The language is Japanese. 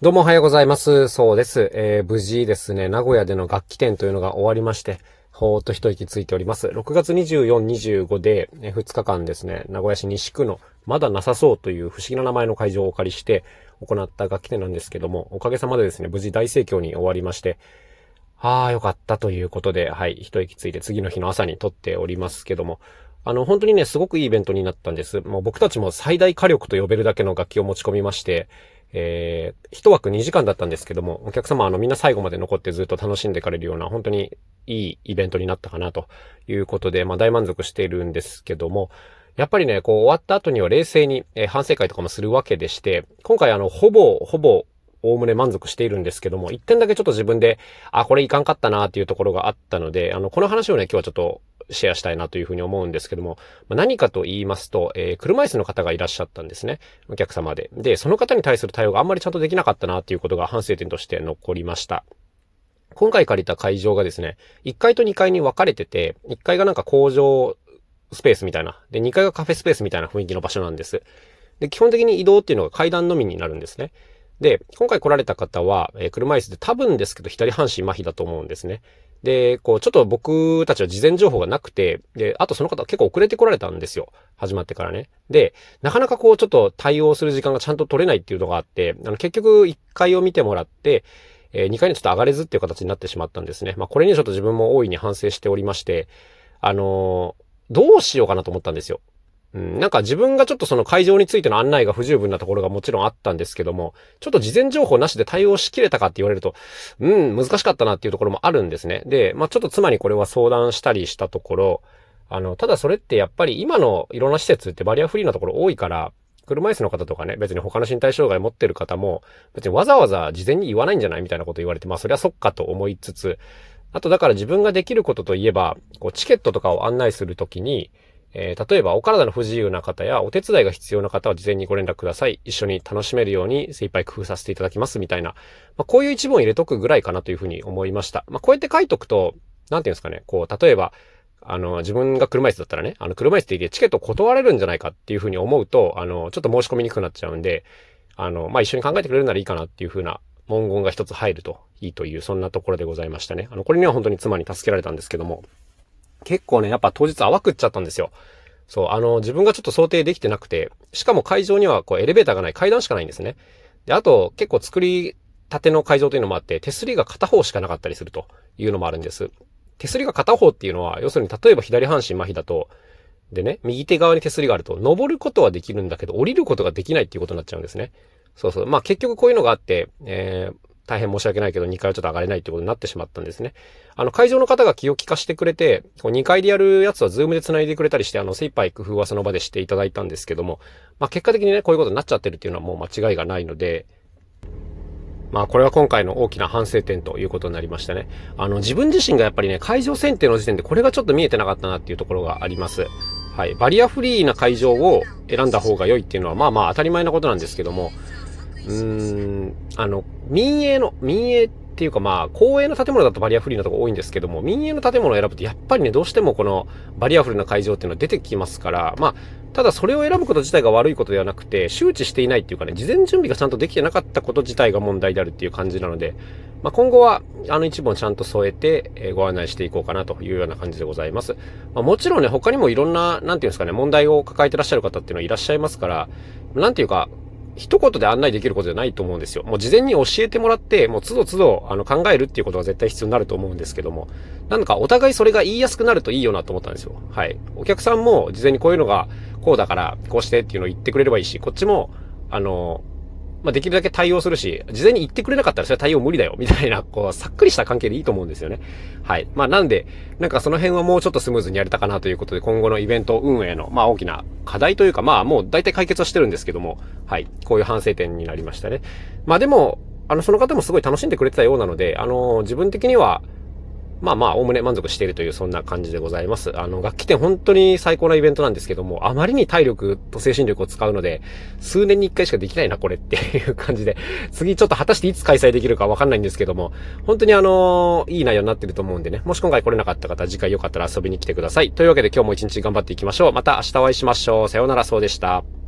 どうもおはようございます。そうです。無事ですね、名古屋での楽器展というのが終わりまして、ほーっと一息ついております。6月24、25で、2日間ですね、名古屋市西区のまだなさそうという不思議な名前の会場をお借りして行った楽器展なんですけども、おかげさまでですね、無事大盛況に終わりまして、よかったということで、一息ついて次の日の朝に撮っておりますけども、本当にね、すごくいいイベントになったんです。もう僕たちも最大火力と呼べるだけの楽器を持ち込みまして、一枠2時間だったんですけども、お客様みんな最後まで残ってずっと楽しんでかれるような、本当にいいイベントになったかなということで、大満足しているんですけども、やっぱりね、終わった後には冷静に、反省会とかもするわけでして、今回ほぼ、おおむね満足しているんですけども、一点だけちょっと自分で、これいかんかったなっていうところがあったので、この話をね、今日はちょっとシェアしたいなというふうに思うんですけども、何かと言いますと、車椅子の方がいらっしゃったんですね。お客様で。で、その方に対する対応があんまりちゃんとできなかったなっていうことが反省点として残りました。今回借りた会場がですね、1階と2階に分かれてて、1階がなんか工場スペースみたいな。で、2階がカフェスペースみたいな雰囲気の場所なんです。で、基本的に移動っていうのが階段のみになるんですね。で、今回来られた方は、車椅子で多分ですけど左半身麻痺だと思うんですね。で、ちょっと僕たちは事前情報がなくて、で、あとその方結構遅れて来られたんですよ。始まってからね。で、なかなかちょっと対応する時間がちゃんと取れないっていうのがあって、結局1階を見てもらって、2階にちょっと上がれずっていう形になってしまったんですね。これにちょっと自分も大いに反省しておりまして、どうしようかなと思ったんですよ。なんか自分がちょっとその会場についての案内が不十分なところがもちろんあったんですけども、ちょっと事前情報なしで対応しきれたかって言われると、難しかったなっていうところもあるんですね。で、ちょっと妻にこれは相談したりしたところ、ただそれってやっぱり今のいろんな施設ってバリアフリーなところ多いから、車椅子の方とかね、別に他の身体障害持ってる方も、別にわざわざ事前に言わないんじゃないみたいなこと言われて、そりゃそっかと思いつつ、あとだから自分ができることといえば、チケットとかを案内するときに、例えばお体の不自由な方やお手伝いが必要な方は事前にご連絡ください。一緒に楽しめるように精一杯工夫させていただきますみたいな、こういう一文を入れとくぐらいかなというふうに思いました。こうやって書いとくと、なんていうんですかね、例えば、自分が車椅子だったらね、車椅子って言ってチケットを断れるんじゃないかっていうふうに思うと、ちょっと申し込みにくくなっちゃうんで、一緒に考えてくれるならいいかなっていうふうな文言が一つ入るといいという、そんなところでございましたね。これには本当に妻に助けられたんですけども、結構ね、やっぱ当日淡くっちゃったんですよ。そう、自分がちょっと想定できてなくて、しかも会場にはエレベーターがない階段しかないんですね。で、あと、結構作りたての会場というのもあって、手すりが片方しかなかったりするというのもあるんです。手すりが片方っていうのは、要するに例えば左半身麻痺だと、でね、右手側に手すりがあると、登ることはできるんだけど、降りることができないっていうことになっちゃうんですね。そうそう。結局こういうのがあって、大変申し訳ないけど2階はちょっと上がれないってことになってしまったんですね。会場の方が気を利かしてくれて、2階でやるやつはズームで繋いでくれたりして、精一杯工夫はその場でしていただいたんですけども、結果的にね、こういうことになっちゃってるっていうのはもう間違いがないので、これは今回の大きな反省点ということになりましたね。自分自身がやっぱりね、会場選定の時点でこれがちょっと見えてなかったなっていうところがあります。はい。バリアフリーな会場を選んだ方が良いっていうのは当たり前なことなんですけども、民営っていうか公営の建物だとバリアフリーなとこ多いんですけども、民営の建物を選ぶとやっぱりね、どうしてもこのバリアフリーな会場っていうのは出てきますから、ただそれを選ぶこと自体が悪いことではなくて、周知していないっていうかね、事前準備がちゃんとできてなかったこと自体が問題であるっていう感じなので、今後は一文ちゃんと添えて、ご案内していこうかなというような感じでございます。もちろんね、他にもいろんな、なんていうんですかね、問題を抱えてらっしゃる方っていうのはいらっしゃいますから、なんていうか、一言で案内できることじゃないと思うんですよ。もう事前に教えてもらって、もう都度都度考えるっていうことが絶対必要になると思うんですけども、なんかお互いそれが言いやすくなるといいよなと思ったんですよ。はい。お客さんも事前にこういうのがこうだからこうしてっていうのを言ってくれればいいし、こっちもできるだけ対応するし、事前に言ってくれなかったらそれは対応無理だよみたいなさっくりした関係でいいと思うんですよね。はい。なんでなんかその辺はもうちょっとスムーズにやれたかなということで、今後のイベント運営の大きな課題というかもう大体解決はしてるんですけども、はい。こういう反省点になりましたね。でもその方もすごい楽しんでくれてたようなので、自分的にはおおむね満足しているという、そんな感じでございます。楽器店本当に最高なイベントなんですけども、あまりに体力と精神力を使うので、数年に一回しかできないな、これっていう感じで、次ちょっと果たしていつ開催できるかわかんないんですけども、本当にいい内容になってると思うんでね、もし今回来れなかった方、次回よかったら遊びに来てください。というわけで今日も一日頑張っていきましょう。また明日お会いしましょう。さようなら、そうでした。